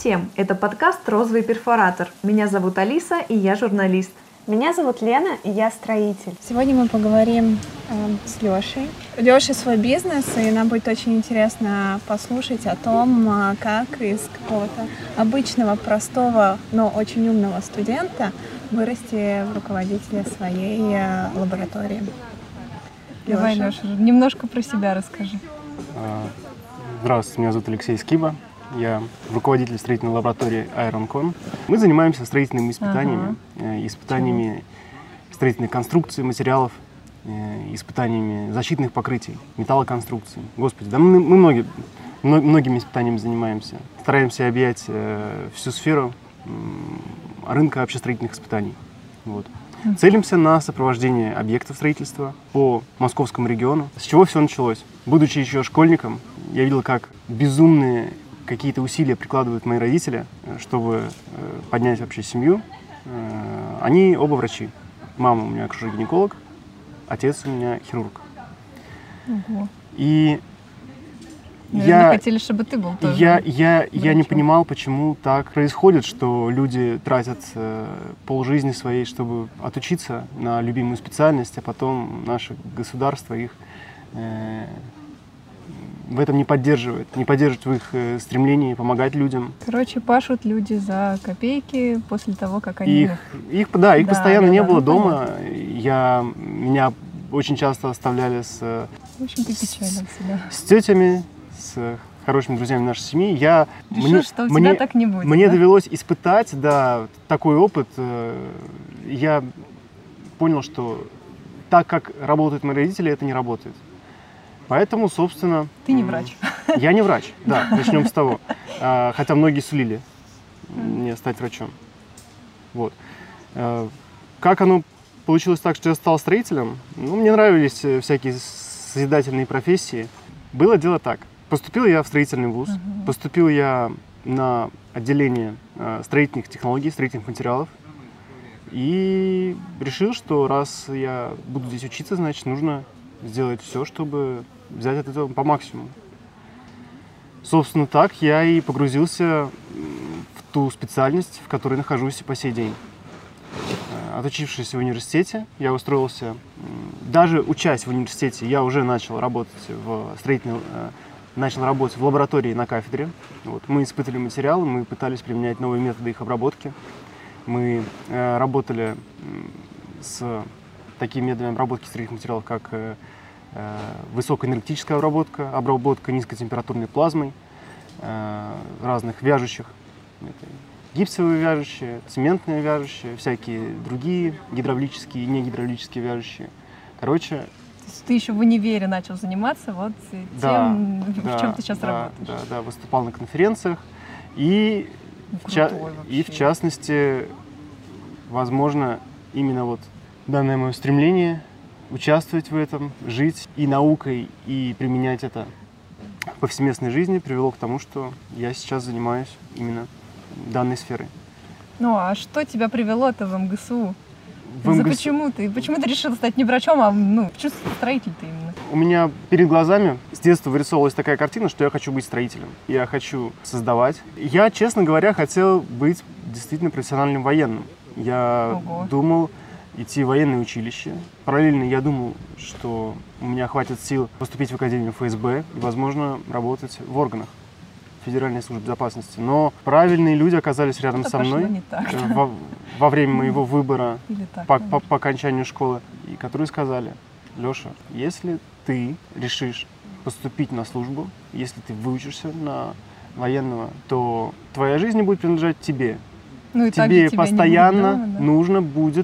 всем! Это подкаст «Розовый перфоратор». Меня зовут Алиса, и я журналист. Меня зовут Лена, и я строитель. Сегодня мы поговорим с Лешей. У Леши свой бизнес, и нам будет очень интересно послушать о том, как из какого-то обычного, простого, но очень умного студента вырасти в руководителя своей лаборатории. Давай, Леша, немножко про себя расскажи. Здравствуйте, меня зовут Алексей Скиба. Я руководитель строительной лаборатории IronCon. Мы занимаемся строительными испытаниями, испытаниями строительной конструкции, материалов, испытаниями защитных покрытий, металлоконструкций. Господи, да мы многими испытаниями занимаемся. Стараемся объять всю сферу рынка общестроительных испытаний. Вот. Целимся на сопровождение объектов строительства по московскому региону. С чего все началось? Будучи еще школьником, я видел, как безумные какие-то усилия прикладывают мои родители, чтобы поднять вообще семью. Они оба врачи. Мама у меня акушер-гинеколог, отец у меня хирург. Ого. И наверное, хотели, чтобы ты был тоже я не понимал, почему так происходит, что люди тратят полжизни своей, чтобы отучиться на любимую специальность, а потом наше государство их в этом не поддерживает в их стремлении помогать людям. Короче, пашут люди за копейки после того, как они... Их постоянно не было дома. Меня очень часто оставляли с... В общем, ты печалился, да. С тетями, с хорошими друзьями нашей семьи. Решил, что у тебя так не будет. Мне довелось испытать, такой опыт. Я понял, что так, как работают мои родители, это не работает. Поэтому, собственно... Ты не врач. Я не врач, да, начнем с того. Хотя многие сулили мне стать врачом. Вот. Как оно получилось так, что я стал строителем? Мне нравились всякие созидательные профессии. Было дело так. Поступил я в строительный вуз, поступил я на отделение строительных технологий, строительных материалов. И решил, что раз я буду здесь учиться, значит, нужно сделать все, чтобы взять от этого по максимуму. Собственно, так я и погрузился в ту специальность, в которой нахожусь и по сей день. Отучившись в университете, я устроился, даже учась в университете, я уже начал работать в лаборатории на кафедре. Вот. Мы испытывали материалы, мы пытались применять новые методы их обработки. Мы работали с такими методами обработки строительных материалов, как высокоэнергетическая обработка низкотемпературной плазмой, разных вяжущих, гипсовые вяжущие, цементные вяжущие, всякие другие гидравлические и негидравлические вяжущие. Короче... То есть ты еще в универе начал заниматься тем, в чем ты сейчас работаешь? Да, выступал на конференциях и в частности, возможно, именно данное мое стремление участвовать в этом, жить и наукой, и применять это в повсеместной жизни привело к тому, что я сейчас занимаюсь именно данной сферой. Ну, а что тебя привело-то в МГСУ? Почему ты решил стать не врачом, а почему строитель-то именно? У меня перед глазами с детства вырисовывалась такая картина, что я хочу быть строителем. Я хочу создавать. Я, честно говоря, хотел быть действительно профессиональным военным. Я думал идти в военное училище. Параллельно я думал, что у меня хватит сил поступить в Академию ФСБ и, возможно, работать в органах Федеральной службы безопасности. Но правильные люди оказались рядом со мной во время моего выбора по окончанию школы, и которые сказали: Леша, если ты решишь поступить на службу, если ты выучишься на военного, то твоя жизнь не будет принадлежать тебе. Тебе постоянно нужно будет,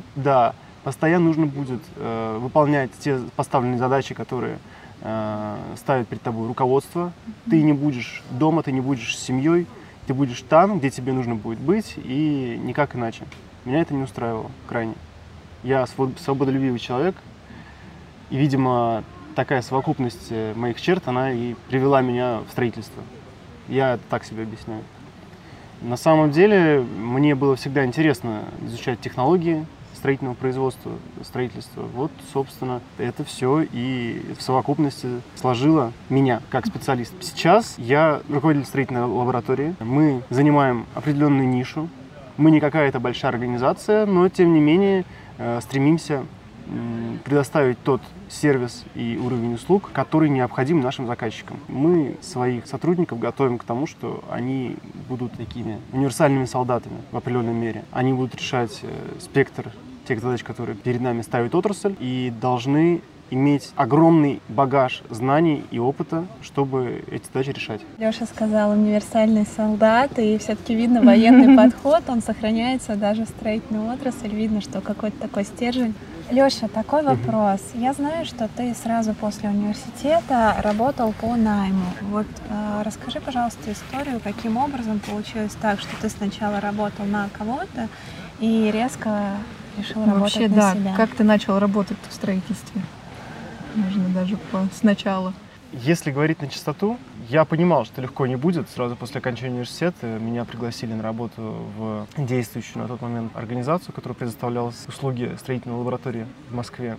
выполнять те поставленные задачи, которые ставит перед тобой руководство. Ты не будешь дома, ты не будешь с семьей, ты будешь там, где тебе нужно будет быть, и никак иначе. Меня это не устраивало крайне. Я свободолюбивый человек, и, видимо, такая совокупность моих черт, она и привела меня в строительство. Я так себе объясняю. На самом деле, мне было всегда интересно изучать технологии, строительного производства, строительства. Вот, собственно, это все и в совокупности сложило меня как специалист. Сейчас я руководитель строительной лаборатории. Мы занимаем определенную нишу. Мы не какая-то большая организация, но, тем не менее, стремимся предоставить тот сервис и уровень услуг, который необходим нашим заказчикам. Мы своих сотрудников готовим к тому, что они будут такими универсальными солдатами в определенной мере. Они будут решать спектр тех задач, которые перед нами ставит отрасль, и должны иметь огромный багаж знаний и опыта, чтобы эти задачи решать. Лёша сказал универсальный солдат, и все-таки видно военный подход, он сохраняется даже в строительной отрасли, видно, что какой-то такой стержень. Лёша, такой вопрос. Я знаю, что ты сразу после университета работал по найму. Вот расскажи, пожалуйста, историю, каким образом получилось так, что ты сначала работал на кого-то и резко решил работать Вообще, на да, себя. как ты начал работать в строительстве? Можно даже сначала. Если говорить на чистоту, я понимал, что легко не будет. Сразу после окончания университета меня пригласили на работу в действующую на тот момент организацию, которая предоставляла услуги строительной лаборатории в Москве.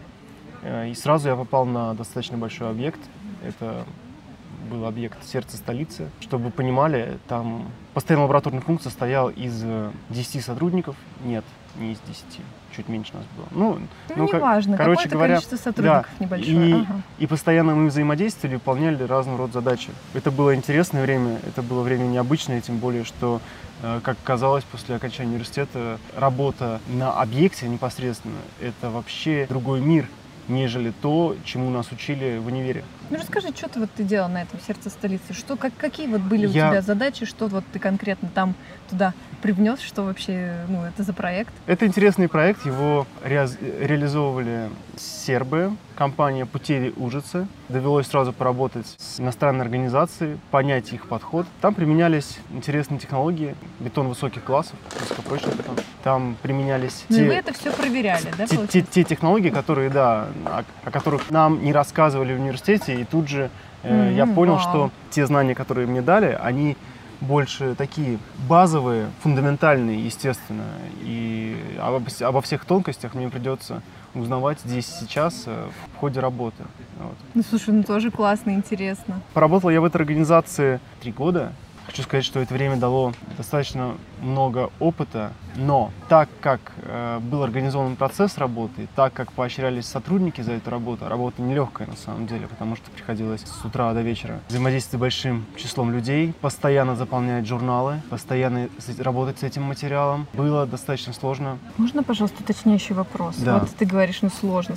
И сразу я попал на достаточно большой объект. Это был объект сердца столицы. Чтобы вы понимали, там постоянная лабораторная функция состояла из 10 сотрудников. Нет, не из 10. Чуть меньше нас было. Неважно, короче говоря, количество сотрудников небольшое. И постоянно мы взаимодействовали, выполняли разного рода задачи. Это было интересное время, это было время необычное, тем более, что, как казалось, после окончания университета работа на объекте непосредственно — это вообще другой мир, нежели то, чему нас учили в универе. Ну расскажи, что ты делал на этом сердце столицы? Какие вот были у тебя задачи, что вот ты конкретно там туда привнес, что вообще это за проект? Это интересный проект, его реализовывали сербы, компания Путеви Ужицы. Довелось сразу поработать с иностранной организацией, понять их подход. Там применялись интересные технологии, бетон высоких классов, высокопрочный бетон. Там применялись и вы это все проверяли, да? те технологии, которые, да, о которых нам не рассказывали в университете, и тут же я понял, что те знания, которые мне дали, они больше такие базовые, фундаментальные, естественно, и обо всех тонкостях мне придется узнавать здесь и сейчас в ходе работы. Вот. Ну, слушай, тоже классно, интересно. Поработал я в этой организации 3 года. Хочу сказать, что это время дало достаточно много опыта, но так как был организован процесс работы, так как поощрялись сотрудники за эту работу, работа нелегкая на самом деле, потому что приходилось с утра до вечера взаимодействовать с большим числом людей, постоянно заполнять журналы, постоянно работать с этим материалом. Было достаточно сложно. Можно, пожалуйста, уточняющий вопрос? Да. Вот ты говоришь, сложно,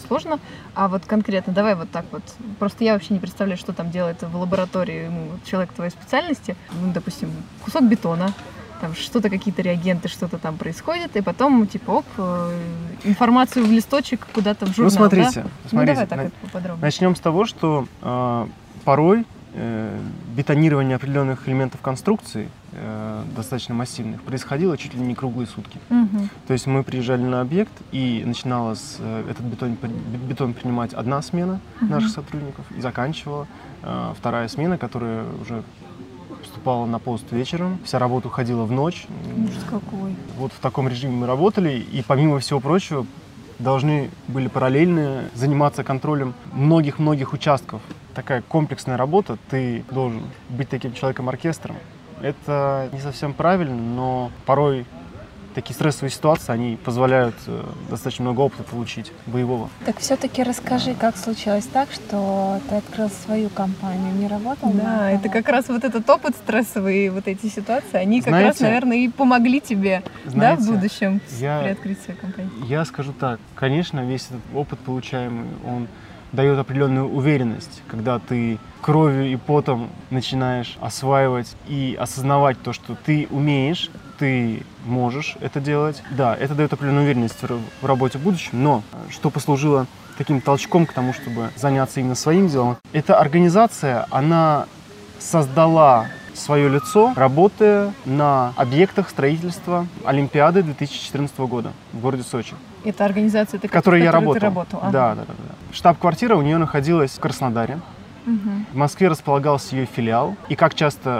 а вот конкретно, давай вот так вот. Просто я вообще не представляю, что там делает в лаборатории человек твоей специальности. Допустим, кусок бетона, там что-то, какие-то реагенты, что-то там происходит, и потом, информацию в листочек куда-то в журнал, смотрите, да? Давай так вот поподробнее. Начнем с того, что порой бетонирование определенных элементов конструкции, достаточно массивных, происходило чуть ли не круглые сутки. Угу. То есть мы приезжали на объект, и начиналась этот бетон принимать одна смена наших сотрудников, и заканчивала вторая смена, которая уже поступала на пост вечером. Вся работа уходила в ночь. Ужас какой. Вот в таком режиме мы работали, и помимо всего прочего должны были параллельно заниматься контролем многих-многих участков. Такая комплексная работа, ты должен быть таким человеком-оркестром. Это не совсем правильно, но порой такие стрессовые ситуации, они позволяют достаточно много опыта получить боевого. Так все-таки расскажи, как случилось так, что ты открыл свою компанию, не работал? Да, это как раз вот этот опыт стрессовый, вот эти ситуации, они как раз, наверное, и помогли тебе, в будущем при открытии своей компании. Я скажу так, конечно, весь этот опыт получаемый, он дает определенную уверенность, когда ты кровью и потом начинаешь осваивать и осознавать то, что ты умеешь, ты можешь это делать. Да, это дает определенную уверенность в работе в будущем, но что послужило таким толчком к тому, чтобы заняться именно своим делом, эта организация, она создала свое лицо, работая на объектах строительства Олимпиады 2014 года в городе Сочи. Это организация, в которой я работал. Ты работал. Ага. Да. Штаб-квартира у нее находилась в Краснодаре. Угу. В Москве располагался ее филиал. И как часто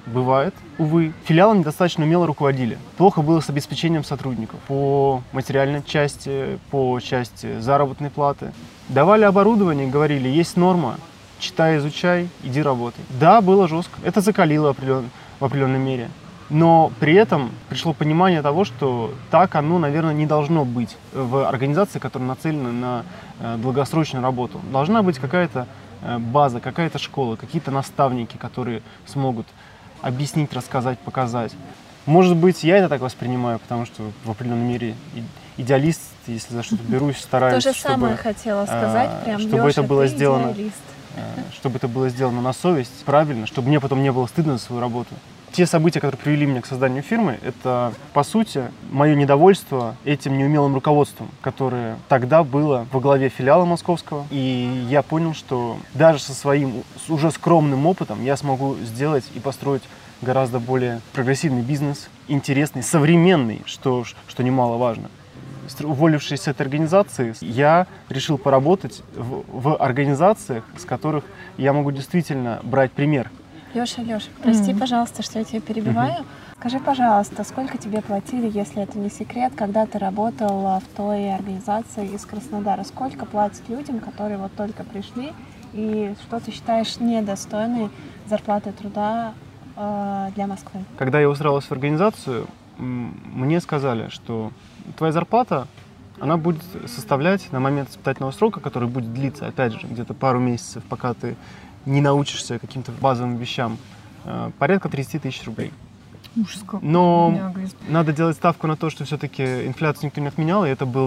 бывает, увы. Филиалы недостаточно умело руководили. Плохо было с обеспечением сотрудников по материальной части, по части заработной платы. Давали оборудование, говорили, есть норма, читай, изучай, иди работай. Да, было жестко. Это закалило в определенной мере. Но при этом пришло понимание того, что так оно, наверное, не должно быть в организации, которая нацелена на долгосрочную работу. Должна быть какая-то база, какая-то школа, какие-то наставники, которые смогут объяснить, рассказать, показать. Может быть, я это так воспринимаю, потому что в определенной мере идеалист, если за что-то берусь, стараюсь, То же самое хотела сказать, прям, чтобы Лёша, это было ты сделано, идеалист. чтобы это было сделано на совесть, правильно, чтобы мне потом не было стыдно за свою работу. Те события, которые привели меня к созданию фирмы, это, по сути, мое недовольство этим неумелым руководством, которое тогда было во главе филиала московского. И я понял, что даже со своим уже скромным опытом я смогу сделать и построить гораздо более прогрессивный бизнес, интересный, современный, что немаловажно. Уволившись с этой организации, я решил поработать в организациях, с которых я могу действительно брать пример. Лёша, прости, пожалуйста, что я тебя перебиваю. Скажи, пожалуйста, сколько тебе платили, если это не секрет, когда ты работал в той организации из Краснодара? Сколько платят людям, которые вот только пришли, и что ты считаешь недостойной зарплаты труда для Москвы? Когда я устраивался в организацию, мне сказали, что твоя зарплата, она будет составлять на момент испытательного срока, который будет длиться, опять же, где-то пару месяцев, пока ты не научишься каким-то базовым вещам, порядка 30 тысяч рублей. Ужас какой. Но надо делать ставку на то, что все-таки инфляцию никто не отменял, и это был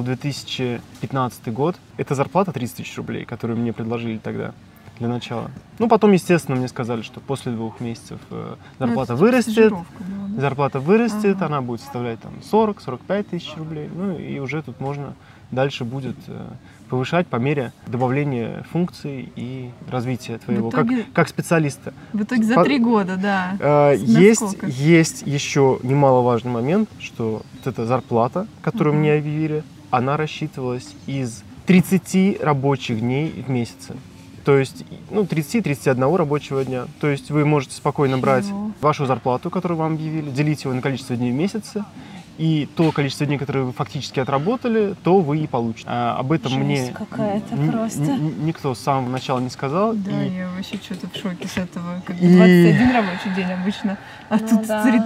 2015 год. Это зарплата 30 тысяч рублей, которую мне предложили тогда для начала. Ну, потом, естественно, мне сказали, что после 2 месяцев зарплата вырастет. Зарплата вырастет, она будет составлять там 40-45 тысяч рублей. Ну, и уже тут можно дальше будет повышать по мере добавления функций и развития твоего как специалиста. В итоге за 3 года, да. Есть еще немаловажный момент, что вот эта зарплата, которую мне объявили, она рассчитывалась из 30 рабочих дней в месяц. То есть, 30-31 рабочего дня. То есть вы можете спокойно брать вашу зарплату, которую вам объявили, делить его на количество дней в месяце, и то количество дней, которые вы фактически отработали, то вы и получите. Об этом Жесть какая-то просто. Никто с самого начала не сказал. Да, я вообще что-то в шоке с этого. Как 21 рабочий день обычно, а тут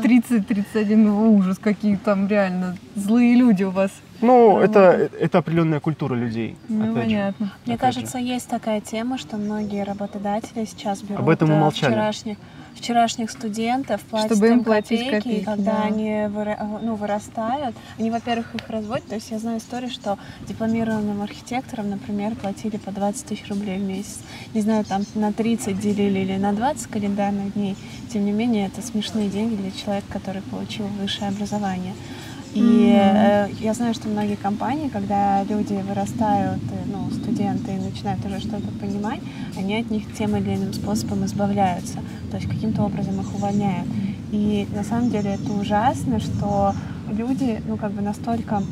30-31, ужас, какие там реально злые люди у вас. Это определенная культура людей. Понятно. Мне кажется, есть такая тема, что многие работодатели сейчас берут об этом умолчали. Вчерашних студентов, платят чтобы им платить копейки, и когда да. они вырастают, они, во-первых, их разводят. То есть я знаю историю, что дипломированным архитекторам, например, платили по 20 тысяч рублей в месяц. Не знаю, там на 30 делили или на 20 календарных дней. Тем не менее, это смешные деньги для человека, который получил высшее образование. И я знаю, что многие компании, когда люди вырастают, студенты, и начинают уже что-то понимать, они от них тем или иным способом избавляются, то есть каким-то образом их увольняют. И на самом деле это ужасно, что люди, настолько...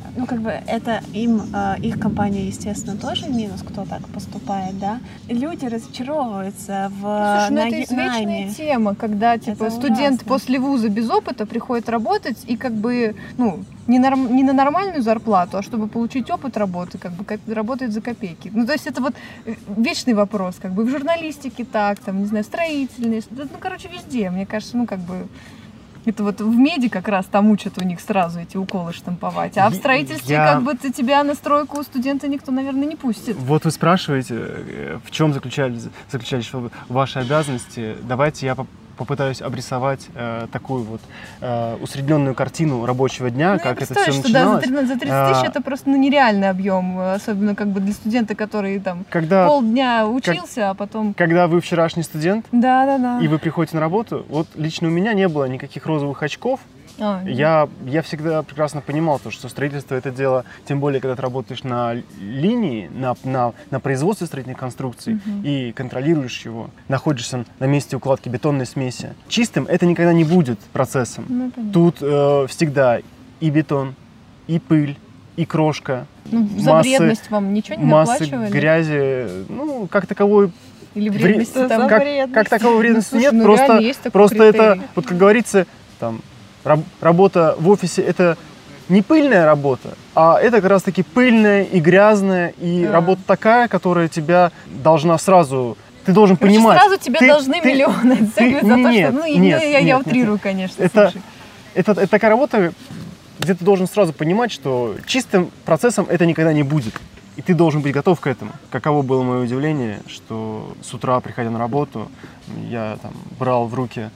это им, их компания, естественно, тоже минус, кто так поступает, да. Люди разочаровываются в это вечная тема, когда студент после вуза без опыта приходит работать и не на нормальную зарплату, а чтобы получить опыт работы, работает за копейки. То есть это вечный вопрос, в журналистике так, в строительной, везде, мне кажется, это в меди как раз там учат у них сразу эти уколы штамповать. А в строительстве тебя на стройку студента никто, наверное, не пустит. Вот вы спрашиваете, в чем заключались ваши обязанности. Давайте я попытаюсь обрисовать такую усредненную картину рабочего дня, как это все начиналось. За 30 тысяч это просто нереальный объем, особенно для студента, который полдня учился, а потом... Когда вы вчерашний студент, да. И вы приходите на работу, лично у меня не было никаких розовых очков. Я всегда прекрасно понимал, что строительство — это дело, тем более, когда ты работаешь на линии, на производстве строительных конструкций и контролируешь его, находишься на месте укладки бетонной смеси. Чистым это никогда не будет процессом. Тут всегда и бетон, и пыль, и крошка. Ну, за вредность вам ничего не массы доплачивали? грязи, ну, как таковой... Или вредности там? Как таковой вредности Слушай, нет, ну, реально есть такой просто это, критерий. вот как говорится, там, работа в офисе — это не пыльная работа, а это как раз-таки пыльная и грязная, и работа такая, которая тебя должна сразу... Ты должен понимать... Сразу тебе должны миллионы оценивать за то, что... Ну, я утрирую, конечно. Это такая работа, где ты должен сразу понимать, что чистым процессом это никогда не будет. И ты должен быть готов к этому. Каково было мое удивление, что с утра, приходя на работу, я там брал в руки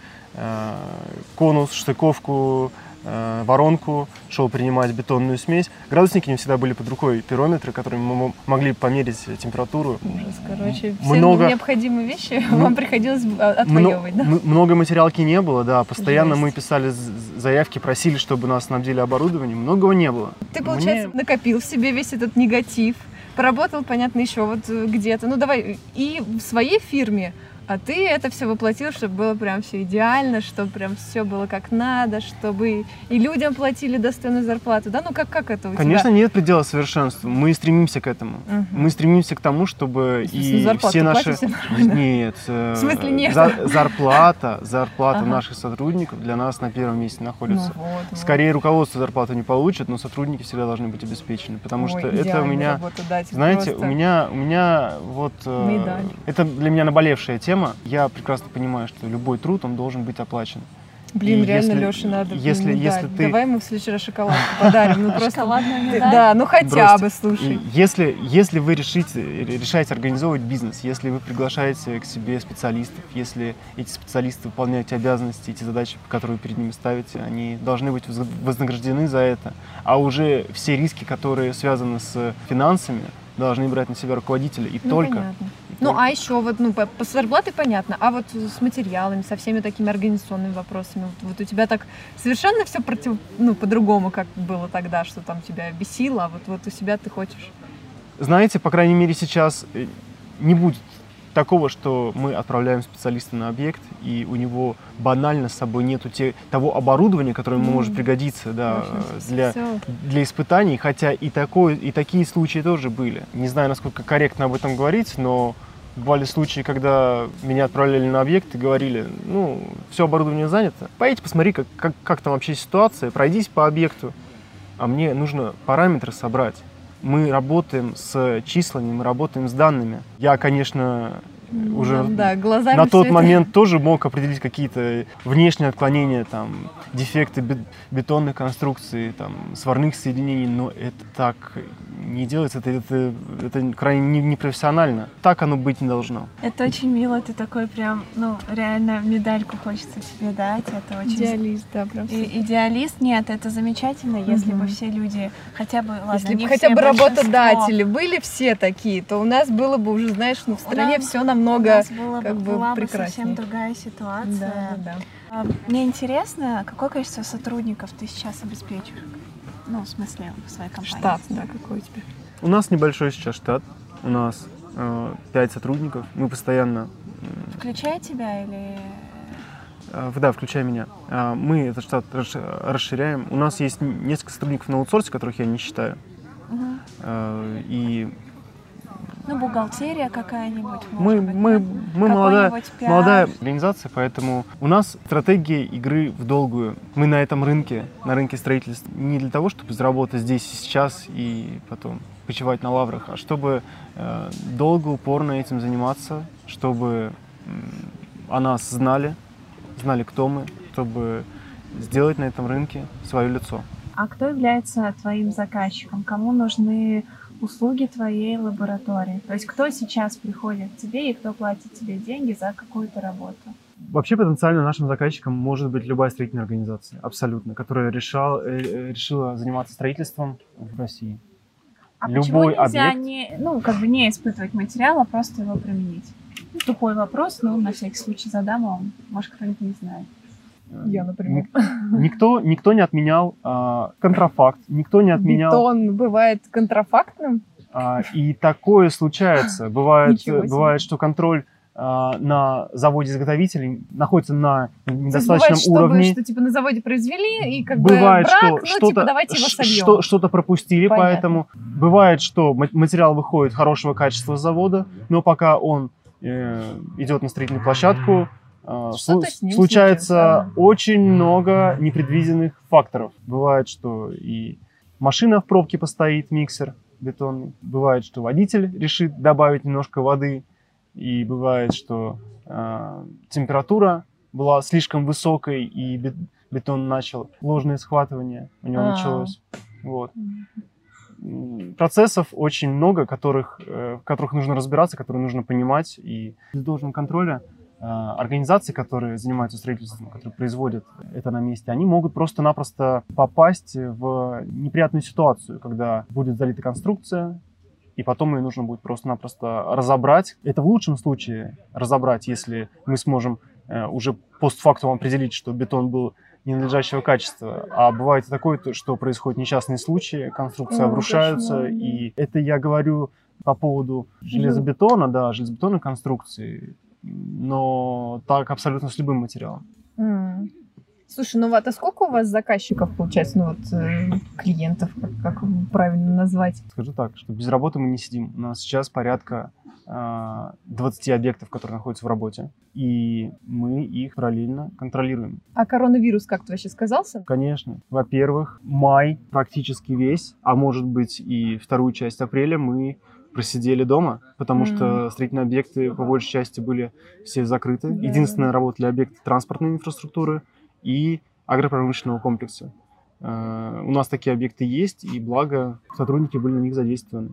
конус, штыковку, воронку, шел принимать бетонную смесь. Градусники не всегда были под рукой, пирометры, которыми мы могли померить температуру. Ужас, короче, все необходимые вещи вам приходилось отвоевывать, да? Много материалки не было, да, постоянно мы писали заявки, просили, чтобы нас снабдили оборудованием, многого не было. Ты, получается, накопил в себе весь этот негатив, поработал, понятно, еще вот где-то, ну давай, и в своей фирме, а ты это все воплотил, чтобы было прям все идеально, чтобы прям все было как надо, чтобы и людям платили достойную зарплату, да? Ну как это у тебя? Конечно, нет предела совершенству. Мы стремимся к этому. Мы стремимся к тому, чтобы и все наши... Нет. В смысле нет? Зарплата наших сотрудников для нас на первом месте находится. Скорее, руководство зарплату не получит, но сотрудники всегда должны быть обеспечены, потому что это у меня... Знаете, у меня вот... Это для меня наболевшая тема. Я прекрасно понимаю, что любой труд, он должен быть оплачен. Блин, реально, Лёше надо медаль. Давай мы в следующий раз шоколадку подарим. Ну просто, да, ну хотя бы, слушай. Если вы решаете организовывать бизнес, если вы приглашаете к себе специалистов, если эти специалисты выполняют обязанности, эти задачи, которые вы перед ними ставите, они должны быть вознаграждены за это. А уже все риски, которые связаны с финансами, должны брать на себя руководители. И только... Понятно. Ну, а еще вот, ну, по зарплате понятно, а вот с материалами, со всеми такими организационными вопросами, вот у тебя так совершенно все по-другому, как было тогда, что там тебя бесило, а вот у себя ты хочешь? Знаете, по крайней мере, сейчас не будет такого, что мы отправляем специалиста на объект, и у него банально с собой нету того оборудования, которое ему может пригодиться, да, для испытаний, хотя и такие случаи тоже были. Не знаю, насколько корректно об этом говорить, но бывали случаи, когда меня отправляли на объект и говорили, ну, все оборудование занято, поедь посмотри, как там вообще ситуация, пройдись по объекту, а мне нужно параметры собрать. Мы работаем с числами, мы работаем с данными. Я, конечно, уже на тот момент тоже мог определить какие-то внешние отклонения, там, дефекты бетонной конструкции, там, сварных соединений, но это так не делается, это крайне непрофессионально. Так оно быть не должно. Это очень мило, ты такой прям, ну, реально медальку хочется тебе дать. Это очень... Идеалист, да, прям. Идеалист, нет, это замечательно, если бы все люди хотя бы, ладно, если бы хотя бы работодатели были все такие, то у нас было бы уже, знаешь, ну, в стране все намного была бы прекраснее. Совсем другая ситуация. Да. Мне интересно, какое количество сотрудников ты сейчас обеспечиваешь? Ну, в смысле, в своей компании. Штат, да, какой у тебя? У нас небольшой сейчас штат. У нас 5 сотрудников. Мы постоянно... Включая тебя или... Да, включая меня. Мы этот штат расширяем. У нас есть несколько сотрудников на аутсорсе, которых я не считаю. И... Ну, бухгалтерия какая-нибудь, мы молодая организация, поэтому у нас стратегия игры в долгую. Мы на этом рынке, на рынке строительства, не для того, чтобы заработать здесь и сейчас и потом почивать на лаврах, а чтобы долго, упорно этим заниматься, чтобы о нас знали, кто мы, чтобы сделать на этом рынке свое лицо. А кто является твоим заказчиком? Кому нужны услуги твоей лаборатории? То есть кто сейчас приходит к тебе и кто платит тебе деньги за какую-то работу? Вообще потенциально нашим заказчиком может быть любая строительная организация, абсолютно, которая решила заниматься строительством в России. А любой почему нельзя объект... не испытывать материал, а просто его применить? Тупой вопрос, но на всякий случай задам вам, может, кто-нибудь не знает. Я, например. Никто не отменял контрафакт, никто не отменял... Бетон бывает контрафактным? И такое случается. Бывает, что контроль на заводе-изготовителе находится на недостаточном бывает, уровне. Что типа на заводе произвели, и как бывает, бы брак, что ну типа давайте его сольем. Что-то пропустили, Понятно. поэтому бывает, что материал выходит хорошего качества с завода, но пока он идет на строительную площадку, Что-то с ним случается случится. очень много непредвиденных факторов. Бывает, что и машина в пробке постоит, миксер бетонный. Бывает, что водитель решит добавить немножко воды. И бывает, что температура была слишком высокой, и бетон начал ложное схватывание у него началось. Вот. Процессов очень много, в которых нужно разбираться, которые нужно понимать. И без должного контроля организации, которые занимаются строительством, которые производят это на месте, они могут просто-напросто попасть в неприятную ситуацию, когда будет залита конструкция, и потом ее нужно будет просто-напросто разобрать. Это в лучшем случае разобрать, если мы сможем уже постфактум определить, что бетон был ненадлежащего качества. А бывает и такое, что происходят несчастные случаи, конструкции обрушаются. И это я говорю по поводу железобетона, да, железобетонной конструкции, но так абсолютно с любым материалом. Слушай, ну вот, а сколько у вас заказчиков получается, ну вот клиентов, как правильно назвать? Скажу так, что без работы мы не сидим. У нас сейчас порядка 20 объектов, которые находятся в работе, и мы их параллельно контролируем. А коронавирус как-то вообще сказался? Конечно. Во-первых, май практически весь, а может быть и вторую часть апреля мы просидели дома, потому что строительные объекты по большей части были все закрыты. Да. Единственное, работали объекты транспортной инфраструктуры и агропромышленного комплекса. У нас такие объекты есть, и благо сотрудники были на них задействованы.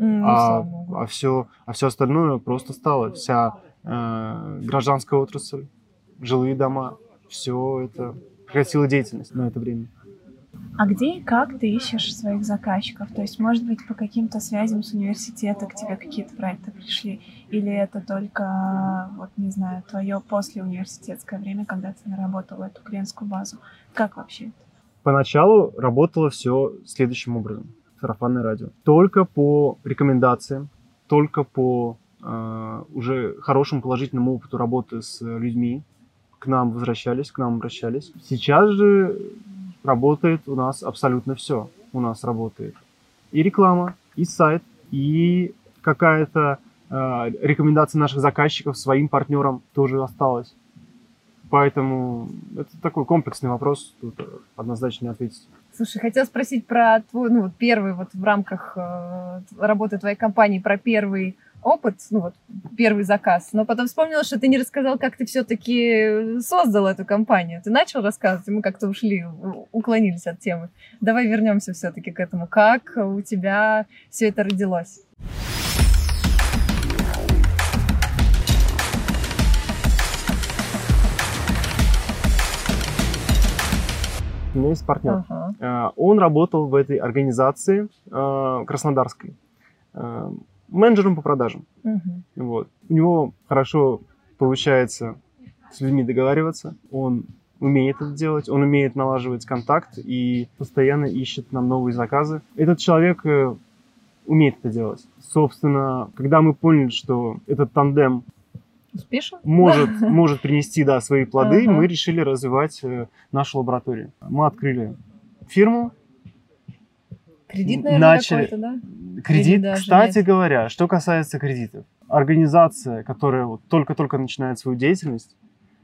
А все остальное просто стало. Вся гражданская отрасль, жилые дома, все это прекратило деятельность на это время. А где и как ты ищешь своих заказчиков? То есть, может быть, по каким-то связям с университета к тебе какие-то проекты пришли? Или это только, вот не знаю, твое послеуниверситетское время, когда ты наработал эту клиентскую базу? Как вообще это? Поначалу работало все следующим образом. Сарафанное радио. Только по рекомендациям, только по уже хорошему положительному опыту работы с людьми к нам возвращались, к нам обращались. Сейчас же работает у нас абсолютно все. У нас работает и реклама, и сайт, и какая-то рекомендация наших заказчиков своим партнерам тоже осталась. Поэтому это такой комплексный вопрос, тут однозначно не ответить. Слушай, хотела спросить про твой, ну, вот первый, вот в рамках работы твоей компании, про первый опыт, ну, вот первый заказ, но потом вспомнила, что ты не рассказал, как ты все-таки создал эту компанию. Ты начал рассказывать, и мы как-то ушли, уклонились от темы. Давай вернемся все-таки к этому. Как у тебя все это родилось? У меня есть партнер. Он работал в этой организации краснодарской менеджером по продажам. Вот. У него хорошо получается с людьми договариваться. Он умеет это делать, он умеет налаживать контакт и постоянно ищет нам новые заказы. Этот человек умеет это делать. Собственно, когда мы поняли, что этот тандем успешен? Может принести, да, свои плоды, мы решили развивать нашу лабораторию. Мы открыли фирму. Кредитная какой-то, да? Кредит, кстати говоря, что касается кредитов. Организация, которая вот только-только начинает свою деятельность,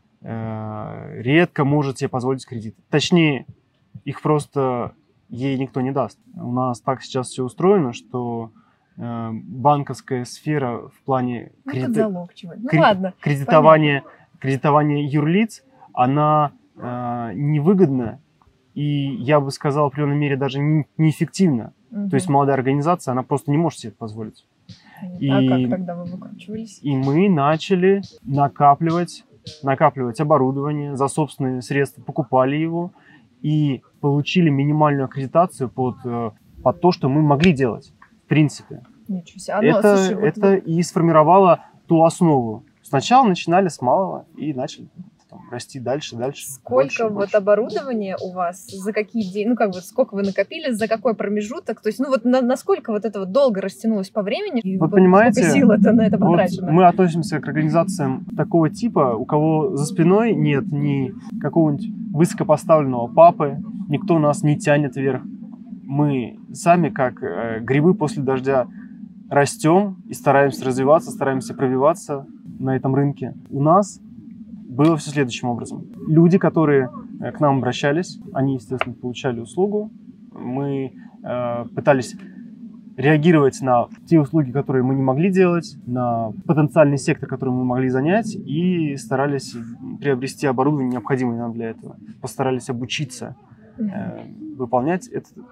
редко может себе позволить кредит. Точнее, их просто ей никто не даст. У нас так сейчас все устроено, что банковская сфера в плане кредитования юрлиц, она невыгодна и, я бы сказал, в определенной мере даже неэффективна. То есть молодая организация, она просто не может себе это позволить. А как тогда вы выкручивались? И мы начали накапливать оборудование за собственные средства, покупали его и получили минимальную аккредитацию под то, что мы могли делать. В принципе. Ничего себе. Это и сформировало ту основу. Сначала начинали с малого и начали там расти дальше, Сколько больше. вот оборудования у вас, за какие деньги, ну как бы сколько вы накопили, за какой промежуток, то есть ну вот насколько вот это вот долго растянулось по времени, и Вот понимаете, сколько сил это на это вот потрачено? мы относимся к организациям такого типа, у кого за спиной нет ни какого-нибудь высокопоставленного папы, никто нас не тянет вверх. Мы сами, как грибы после дождя, растем и стараемся развиваться, стараемся пробиваться на этом рынке. У нас было все следующим образом. Люди, которые к нам обращались, они, естественно, получали услугу. Мы пытались реагировать на те услуги, которые мы не могли делать, на потенциальный сектор, который мы могли занять, и старались приобрести оборудование, необходимое нам для этого. Постарались обучиться выполнять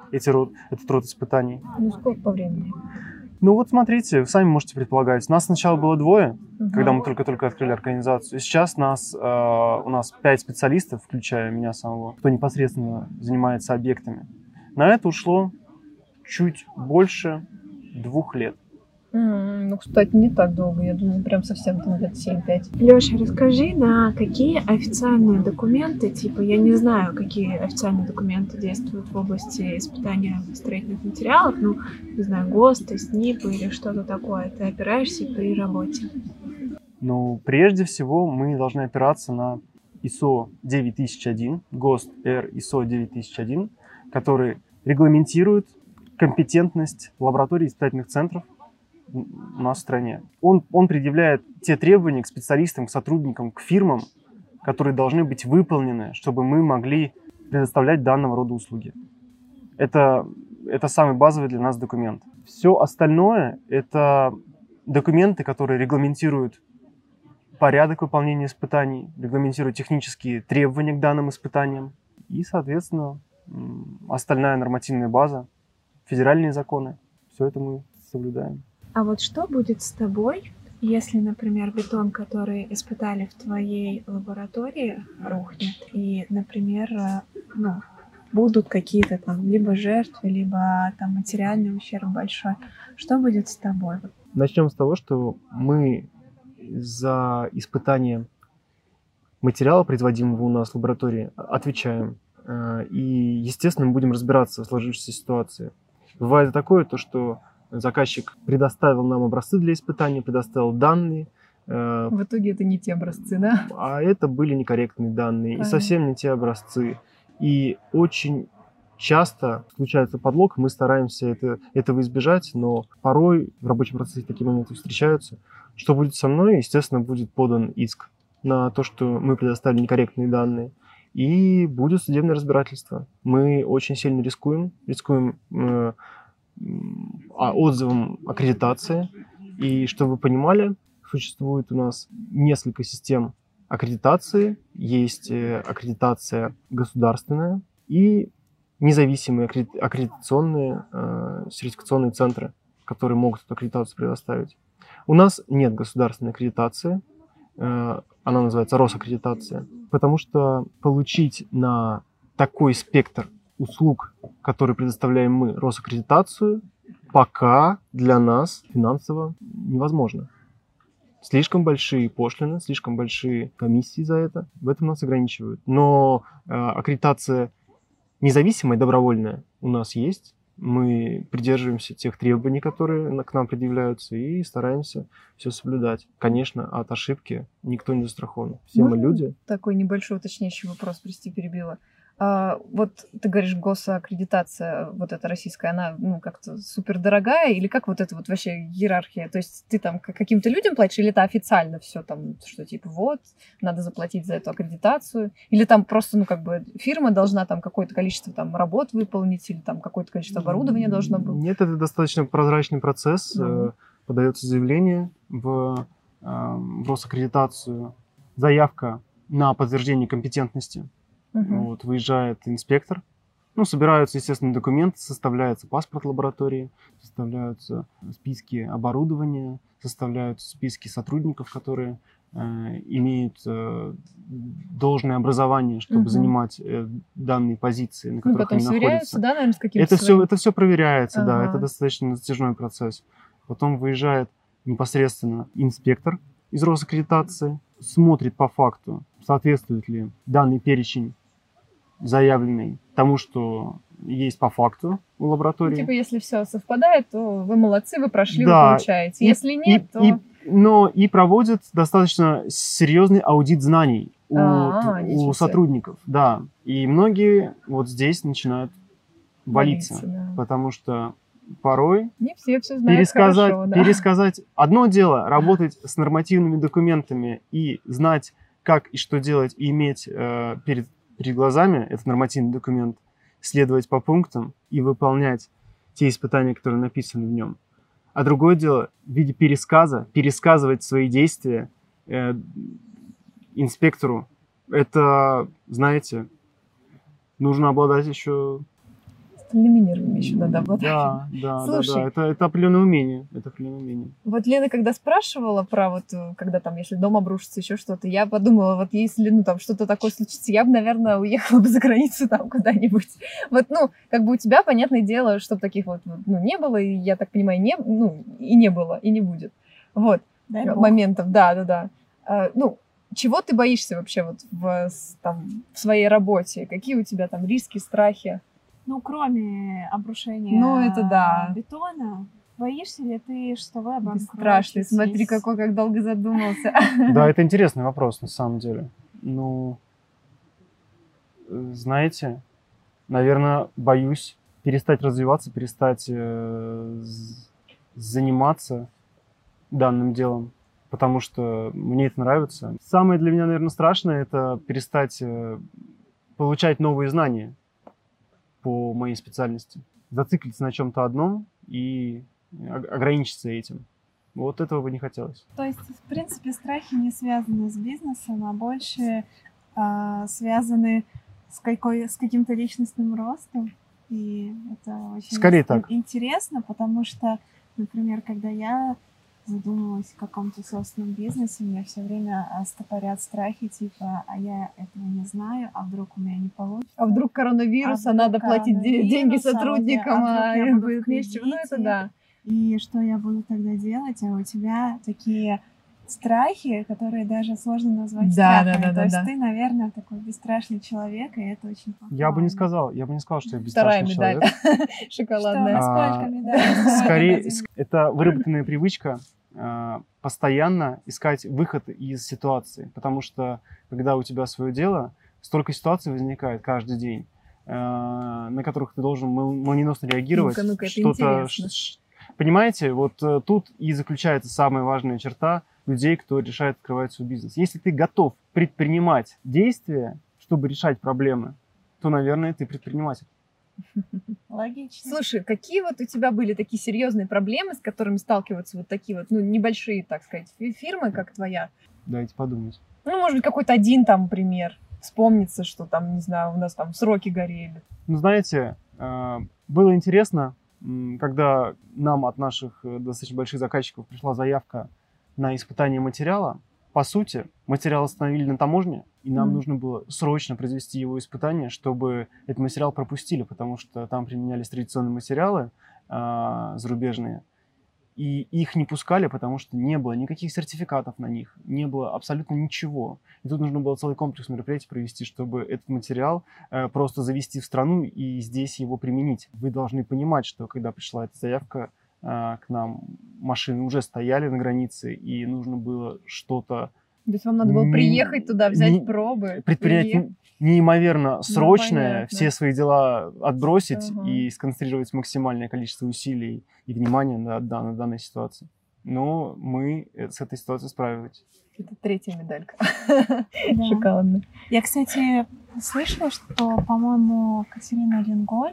этот род испытаний. Ну сколько по времени? Ну вот смотрите, сами можете предполагать. Нас сначала было 2, когда мы только-только открыли организацию. И сейчас у нас 5 специалистов, включая меня самого, кто непосредственно занимается объектами. На это ушло чуть больше 2 лет. Ну, кстати, не так долго. Я думаю, прям совсем там лет 7-5. Лёша, расскажи, на какие официальные документы, типа, я не знаю, какие официальные документы действуют в области испытания строительных материалов, ну, не знаю, ГОСТы, СНИПы или что-то такое, ты опираешься при работе? Ну, прежде всего, мы должны опираться на ISO 9001, ГОСТ R ISO 9001, который регламентирует компетентность лабораторий и испытательных центров у нас в стране. Он предъявляет те требования к специалистам, к сотрудникам, к фирмам, которые должны быть выполнены, чтобы мы могли предоставлять данного рода услуги. Это самый базовый для нас документ. Все остальное – это документы, которые регламентируют порядок выполнения испытаний, регламентируют технические требования к данным испытаниям и, соответственно, остальная нормативная база, федеральные законы. Все это мы соблюдаем. А вот что будет с тобой, если, например, бетон, который испытали в твоей лаборатории, рухнет, и, например, будут какие-то там либо жертвы, либо там материальный ущерб большой. Что будет с тобой? Начнем с того, что мы за испытание материала, производимого у нас в лаборатории, отвечаем. И, естественно, мы будем разбираться в сложившейся ситуации. Бывает такое, что заказчик предоставил нам образцы для испытания, предоставил данные. В итоге это не те образцы, да? А это были некорректные данные. Правильно. И совсем не те образцы. И очень часто случается подлог, мы стараемся этого избежать, но порой в рабочем процессе такие моменты встречаются. Что будет со мной? Естественно, будет подан иск на то, что мы предоставили некорректные данные. И будет судебное разбирательство. Мы очень сильно рискуем отзывом аккредитации. И чтобы вы понимали, существует у нас несколько систем аккредитации. Есть аккредитация государственная и независимые аккредитационные сертификационные центры, которые могут эту аккредитацию предоставить. У нас нет государственной аккредитации, она называется Росаккредитация, потому что получить на такой спектр услуг, которые предоставляем мы, Росаккредитацию, пока для нас финансово невозможно. Слишком большие пошлины, слишком большие комиссии за это, в этом нас ограничивают. Но аккредитация независимая, добровольная у нас есть. Мы придерживаемся тех требований, которые к нам предъявляются, и стараемся все соблюдать. Конечно, от ошибки никто не застрахован. Все мы люди. Такой небольшой уточняющий вопрос, прости, перебила. Вот ты говоришь, госаккредитация, вот эта российская, она как-то супер дорогая, или как вот это вот вообще иерархия? То есть ты там каким-то людям платишь, или это официально все там, что типа вот, надо заплатить за эту аккредитацию? Или там просто, фирма должна там какое-то количество там работ выполнить, или там какое-то количество оборудования должно быть? Нет, это достаточно прозрачный процесс. Подается заявление в Росаккредитацию, заявка на подтверждение компетентности. Вот, выезжает инспектор. Собираются, естественно, документы, составляется паспорт лаборатории, составляются списки оборудования, составляются списки сотрудников, которые имеют должное образование, чтобы занимать данные позиции, на которых они находятся. Да, наверное, с каким-то это все проверяется, да, это достаточно затяжной процесс. Потом выезжает непосредственно инспектор из Росаккредитации, смотрит по факту, соответствует ли данный перечень заявленный тому, что есть по факту у лаборатории. Типа, если все совпадает, то вы молодцы, вы прошли, вы Да, получаете. Если нет, то... но и проводят достаточно серьезный аудит знаний ничего у себе. сотрудников. Да. И многие вот здесь начинают валиться, Да. потому что порой Не все знают хорошо, да. пересказать. Одно дело работать с нормативными документами и знать, как и что делать, и иметь перед глазами этот нормативный документ, следовать по пунктам и выполнять те испытания, которые написаны в нем. А другое дело в виде пересказа, пересказывать свои действия инспектору. Это, знаете, нужно обладать еще... Остальными нервами еще надо обладать. Да. Слушай, Это определенное умение. Это определенное умение. вот Лена, когда спрашивала про вот, когда там, если дом обрушится, еще что-то, я подумала, вот если, ну, там, что-то такое случится, я бы, наверное, уехала бы за границу там куда-нибудь. Вот, ну, как бы у тебя, понятное дело, чтобы таких вот, ну, не было, и, я так понимаю, и не было, и не будет. Вот. Дай бог. Моментов, да. Ну, чего ты боишься вообще вот в своей работе? Какие у тебя там риски, страхи? Ну, кроме обрушения это да. бетона, боишься ли ты, что вы обанкротитесь? Страшный, смотри, как долго задумался. Да, это интересный вопрос на самом деле. Ну, знаете, наверное, боюсь перестать развиваться, перестать заниматься данным делом, потому что мне это нравится. Самое для меня, наверное, страшное — это перестать получать новые знания по моей специальности, зациклиться на чем-то одном и ограничиться этим. Вот этого бы не хотелось. То есть, в принципе, страхи не связаны с бизнесом, а больше связаны с каким-то личностным ростом. И это очень Скорее так. интересно, потому что, например, когда я задумалась о каком-то собственном бизнесе, меня все время стопорят страхи, типа, а я этого не знаю, а вдруг у меня не получится. А вдруг коронавирус, а надо платить деньги сотрудникам, а будет не с чего. Ну, это да. И что я буду тогда делать? А у тебя такие страхи, которые даже сложно назвать страхами. То есть ты, наверное, такой бесстрашный человек, и это очень похвально. Я бы не сказал, что я Вторая бесстрашный медаль. человек. Шоколадная. Сколько медалей? Скорее, это выработанная привычка постоянно искать выход из ситуации, потому что когда у тебя свое дело, столько ситуаций возникает каждый день, на которых ты должен молниеносно реагировать. Ну-ка, это что-то, интересно. понимаете, вот тут и заключается самая важная черта людей, кто решает открывать свой бизнес. Если ты готов предпринимать действия, чтобы решать проблемы, то, наверное, ты предприниматель. Логично. Слушай, какие вот у тебя были такие серьезные проблемы, с которыми сталкиваются вот такие вот, ну, небольшие, так сказать, фирмы, как твоя? Дайте подумать. Ну, может быть, какой-то один там пример. Вспомнится, что там, не знаю, у нас там сроки горели. Ну, знаете, было интересно, когда нам от наших достаточно больших заказчиков пришла заявка на испытание материала. По сути, материал остановили на таможне, и нам нужно было срочно произвести его испытание, чтобы этот материал пропустили, потому что там применялись традиционные материалы зарубежные, и их не пускали, потому что не было никаких сертификатов на них, не было абсолютно ничего. И тут нужно было целый комплекс мероприятий провести, чтобы этот материал просто завести в страну и здесь его применить. Вы должны понимать, что когда пришла эта заявка к нам, машины уже стояли на границе, и нужно было что-то... То есть вам надо было приехать туда, взять пробы? Предпринять неимоверно срочное, понятно. все свои дела отбросить и сконцентрировать максимальное количество усилий и внимания на данной ситуации. Но мы с этой ситуацией справились. Это третья медалька. Да. Шоколадная. Я, кстати, слышала, что, по-моему, Катерина Ленгольд,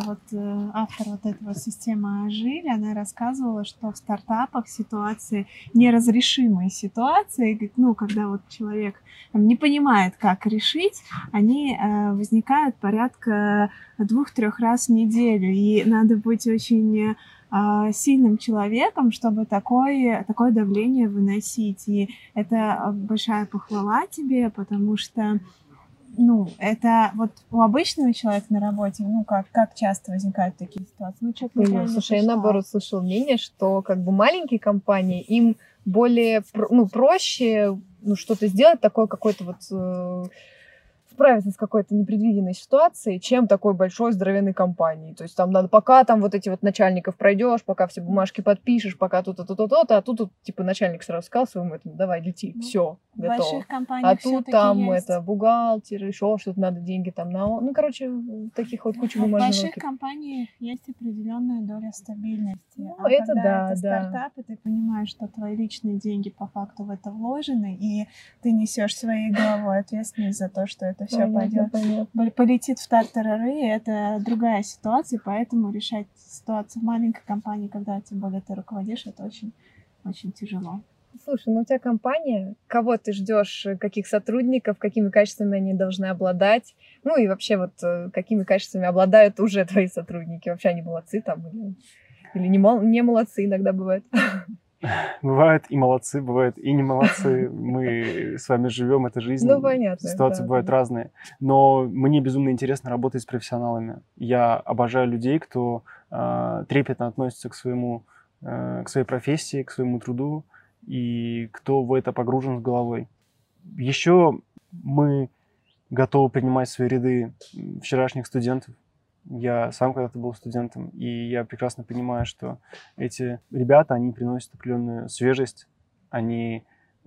автор вот этого системы Agile, она рассказывала, что в стартапах ситуации, неразрешимые ситуации, ну, когда вот человек не понимает, как решить, они возникают порядка 2-3 раз в неделю, и надо быть очень сильным человеком, чтобы такое давление выносить. И это большая похвала тебе, потому что Ну, это вот у обычного человека на работе, ну, как часто возникают такие ситуации? Ну, что-то Слушай, я наоборот слышала мнение, что как бы маленькие компании, им более, проще что-то сделать такое, какое-то вот справиться с какой-то непредвиденной ситуацией, чем такой большой здоровенной компании. То есть там надо, пока там вот эти вот начальников пройдешь, пока все бумажки подпишешь, пока тут, а тут типа начальник сразу сказал своему этому, давай, лети, все, в готово. больших компаниях А тут там есть. это бухгалтер, еще что-то надо, деньги там на... Ну, короче, таких вот куча бумажных. В больших компаниях есть определенная доля стабильности. Ну, а это когда да, это стартап, и ты понимаешь, что твои личные деньги по факту в это вложены, и ты несешь своей головой ответственность за то, что это все пойдет. Полетит в тартарары, это другая ситуация, поэтому решать ситуацию в маленькой компании, когда тем более ты руководишь, это очень, очень тяжело. Слушай, ну у тебя компания, кого ты ждешь, каких сотрудников, какими качествами они должны обладать, ну и вообще вот какими качествами обладают уже твои сотрудники, вообще они молодцы там или не молодцы иногда бывает. Бывают и молодцы, бывают и не молодцы. Мы с вами живем, это жизнь. Ну, понятно. Ситуации бывают разные. Но мне безумно интересно работать с профессионалами. Я обожаю людей, кто трепетно относится к своей профессии, к своему труду, и кто в это погружен с головой. Еще мы готовы принимать в свои ряды вчерашних студентов. Я сам когда-то был студентом, и я прекрасно понимаю, что эти ребята, они приносят определенную свежесть, они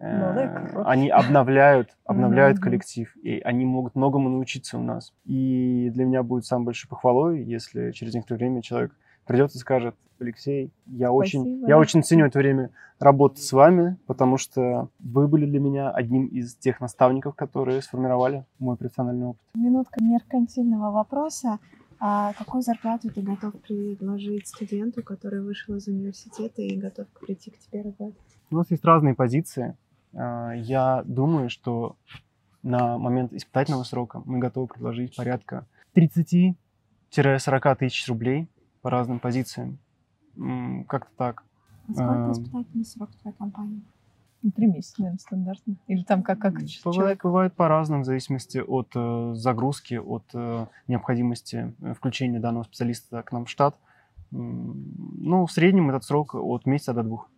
обновляют коллектив, и они могут многому научиться у нас. И для меня будет самой большой похвалой, если через некоторое время человек придет и скажет: Алексей, я очень ценю это время работы с вами, потому что вы были для меня одним из тех наставников, которые сформировали мой профессиональный опыт. Минутка меркантильного вопроса. А какую зарплату ты готов предложить студенту, который вышел из университета и готов прийти к тебе работать? У нас есть разные позиции. Я думаю, что на момент испытательного срока мы готовы предложить порядка 30-40 тысяч рублей по разным позициям. Как-то так. А сколько испытательный срок в твоей компании? 3 месяца, наверное, стандартно. Или там как человек... Бывает по-разному, в зависимости от загрузки, от необходимости включения данного специалиста к нам в штат. Ну, в среднем этот срок от месяца до 2.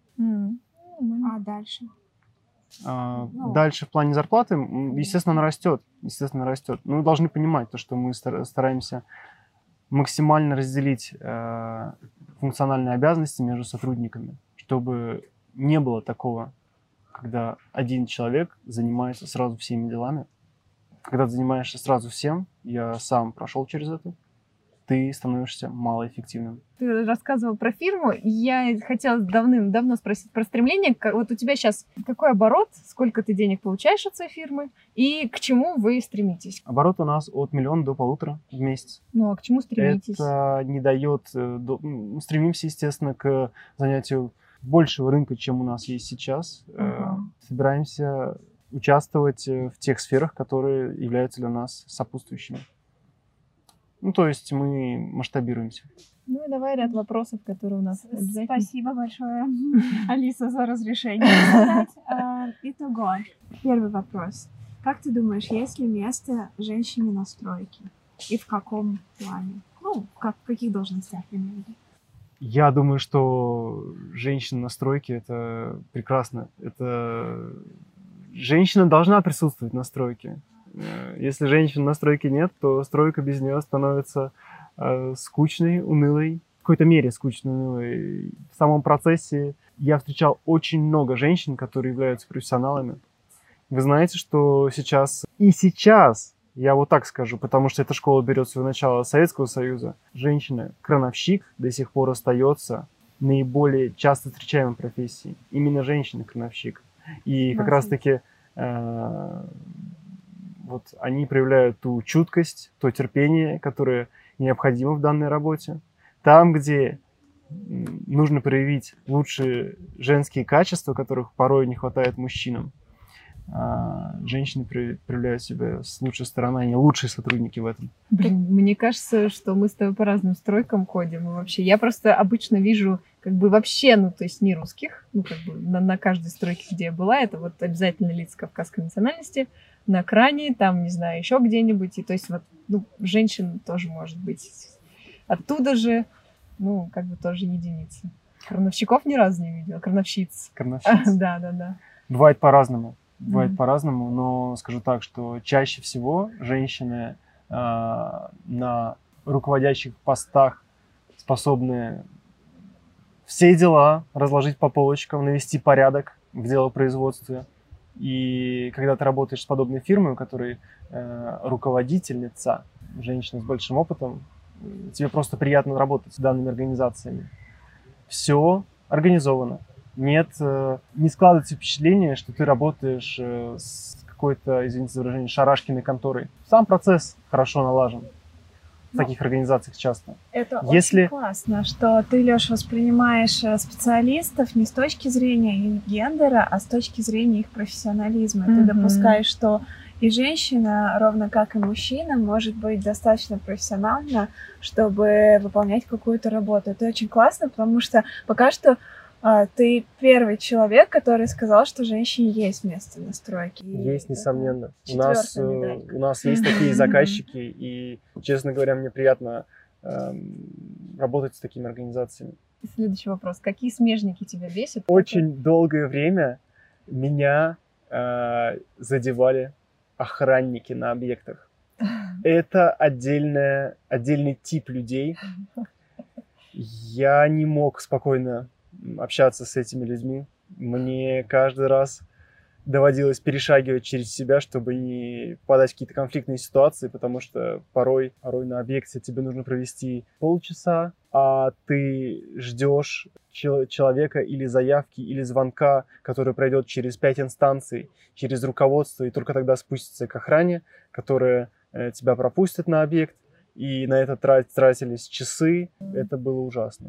А дальше? Дальше в плане зарплаты, естественно, она растет. Но вы должны понимать, то, что мы стараемся максимально разделить функциональные обязанности между сотрудниками, чтобы не было такого, когда один человек занимается сразу всеми делами. Когда ты занимаешься сразу всем, я сам прошел через это, ты становишься малоэффективным. Ты рассказывал про фирму, и я хотела давным-давно спросить про стремление. Вот у тебя сейчас какой оборот, сколько ты денег получаешь от своей фирмы, и к чему вы стремитесь? Оборот у нас от 1 миллиона до 1,5 в месяц. Ну, а к чему стремитесь? Это не дает... Стремимся, естественно, к занятию большего рынка, чем у нас есть сейчас. Собираемся участвовать в тех сферах, которые являются для нас сопутствующими. Ну, то есть мы масштабируемся. Ну и давай ряд вопросов, которые у нас обязательно. Спасибо большое, Алиса, за разрешение задать. Итого, первый вопрос. Как ты думаешь, есть ли место женщине на стройке? И в каком плане? Ну, в каких должностях именно? Я думаю, что женщина на стройке — это прекрасно. Женщина должна присутствовать на стройке. Если женщин на стройке нет, то стройка без нее становится скучной, унылой. В какой-то мере скучной, унылой. В самом процессе я встречал очень много женщин, которые являются профессионалами. Вы знаете, что сейчас, я вот так скажу, потому что эта школа берет свое начало из Советского Союза, женщина-крановщик до сих пор остается наиболее часто встречаемой профессией. Именно женщина-крановщик. И как раз-таки вот они проявляют ту чуткость, то терпение, которое необходимо в данной работе. Там, где нужно проявить лучшие женские качества, которых порой не хватает мужчинам, женщины проявляют себя с лучшей стороны, они лучшие сотрудники в этом. Блин, мне кажется, что мы с тобой по разным стройкам ходим. И вообще, я просто обычно вижу как бы вообще, ну, то есть не русских, ну, как бы на каждой стройке, где я была, это вот обязательно лица кавказской национальности, на кране, там, не знаю, еще где-нибудь, и то есть вот, ну, женщин тоже может быть оттуда же, ну, как бы тоже единицы. Крановщиков ни разу не видела, крановщиц. Крановщиц. Да. Бывает по-разному. Бывает по-разному, но скажу так, что чаще всего женщины на руководящих постах способны все дела разложить по полочкам, навести порядок в делопроизводстве. И когда ты работаешь с подобной фирмой, у которой руководительница, женщина с большим опытом, тебе просто приятно работать с данными организациями. Все организовано. Нет, не складывается впечатление, что ты работаешь с какой-то, извините за выражение, шарашкиной конторой. Сам процесс хорошо налажен. В таких организациях часто. Это очень классно, что ты, Лёш, воспринимаешь специалистов не с точки зрения их гендера, а с точки зрения их профессионализма. Ты допускаешь, что и женщина, ровно как и мужчина, может быть достаточно профессиональна, чтобы выполнять какую-то работу. Это очень классно, потому что пока что ты первый человек, который сказал, что женщине есть место на стройке. Есть, несомненно. У нас есть такие заказчики, и, честно говоря, мне приятно работать с такими организациями. Следующий вопрос. Какие смежники тебя бесят? Очень долгое время меня задевали охранники на объектах. Это отдельный тип людей. Я не мог спокойно общаться с этими людьми. Мне каждый раз доводилось перешагивать через себя, чтобы не попадать в какие-то конфликтные ситуации, потому что порой на объекте тебе нужно провести полчаса, а ты ждешь человека или заявки, или звонка, который пройдет через 5 инстанций, через руководство, и только тогда спустится к охране, которая тебя пропустит на объект. И на это тратились часы. Это было ужасно.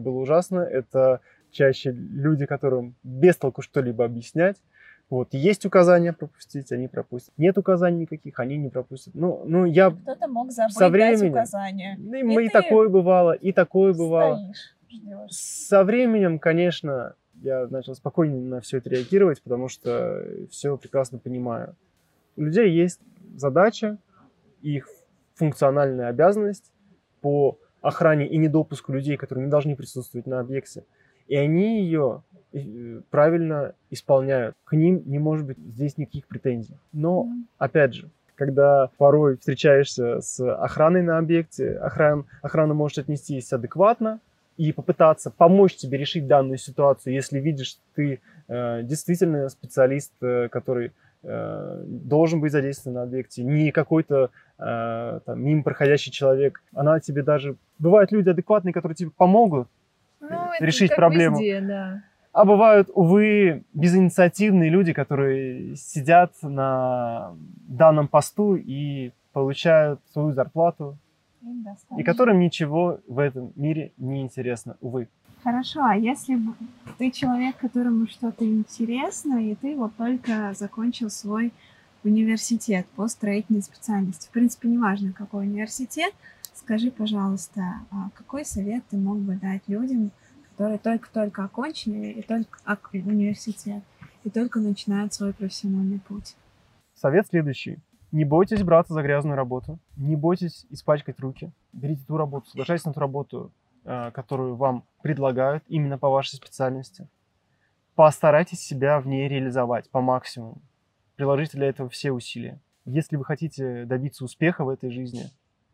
Это чаще люди, которым без толку что-либо объяснять. Вот, есть указания пропустить, они пропустят. Нет указаний никаких, они не пропустят. Кто-то мог забыть со временем, дать указания. И такое бывало, и такое бывало. Ждёшь. Со временем, конечно, я начал спокойнее на все это реагировать, потому что все прекрасно понимаю. У людей есть задача, их функциональная обязанность по охране и недопуску людей, которые не должны присутствовать на объекте. И они ее правильно исполняют. К ним не может быть здесь никаких претензий. Но, опять же, когда порой встречаешься с охраной на объекте, охрана может отнестись адекватно и попытаться помочь тебе решить данную ситуацию, если видишь, что ты действительно специалист, который должен быть задействован на объекте, не какой-то мимо проходящий человек. Она тебе даже... Бывают люди адекватные, которые тебе помогут решить проблему. Везде, да. А бывают, увы, безинициативные люди, которые сидят на данном посту и получают свою зарплату, и которым ничего в этом мире не интересно, увы. Хорошо, а если ты человек, которому что-то интересно, и ты вот только закончил свой университет по строительной специальности, в принципе, неважно, какой университет, скажи, пожалуйста, какой совет ты мог бы дать людям, которые только-только окончили университет и только начинают свой профессиональный путь? Совет следующий. Не бойтесь браться за грязную работу, не бойтесь испачкать руки. Берите ту работу, соглашайтесь на ту работу, которую вам предлагают именно по вашей специальности. Постарайтесь себя в ней реализовать по максимуму. Приложите для этого все усилия. Если вы хотите добиться успеха в этой жизни,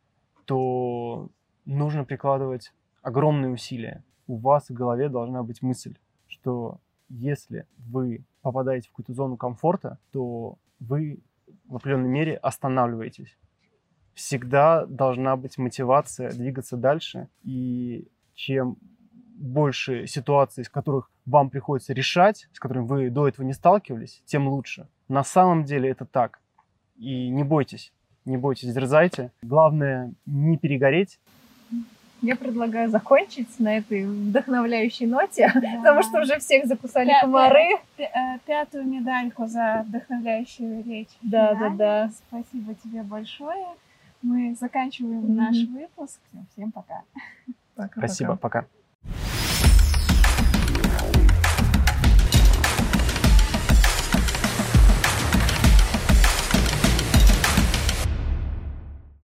то нужно прикладывать огромные усилия. У вас в голове должна быть мысль, что если вы попадаете в какую-то зону комфорта, то вы в определенной мере останавливаетесь. Всегда должна быть мотивация двигаться дальше, и чем больше ситуаций, с которых вам приходится решать, с которыми вы до этого не сталкивались, тем лучше. На самом деле это так. И не бойтесь, дерзайте. Главное не перегореть. Я предлагаю закончить на этой вдохновляющей ноте, потому что уже всех закусали комары. Пятую медальку за вдохновляющую речь. Да. Спасибо тебе большое. Мы заканчиваем наш выпуск. Всем пока. Спасибо, пока.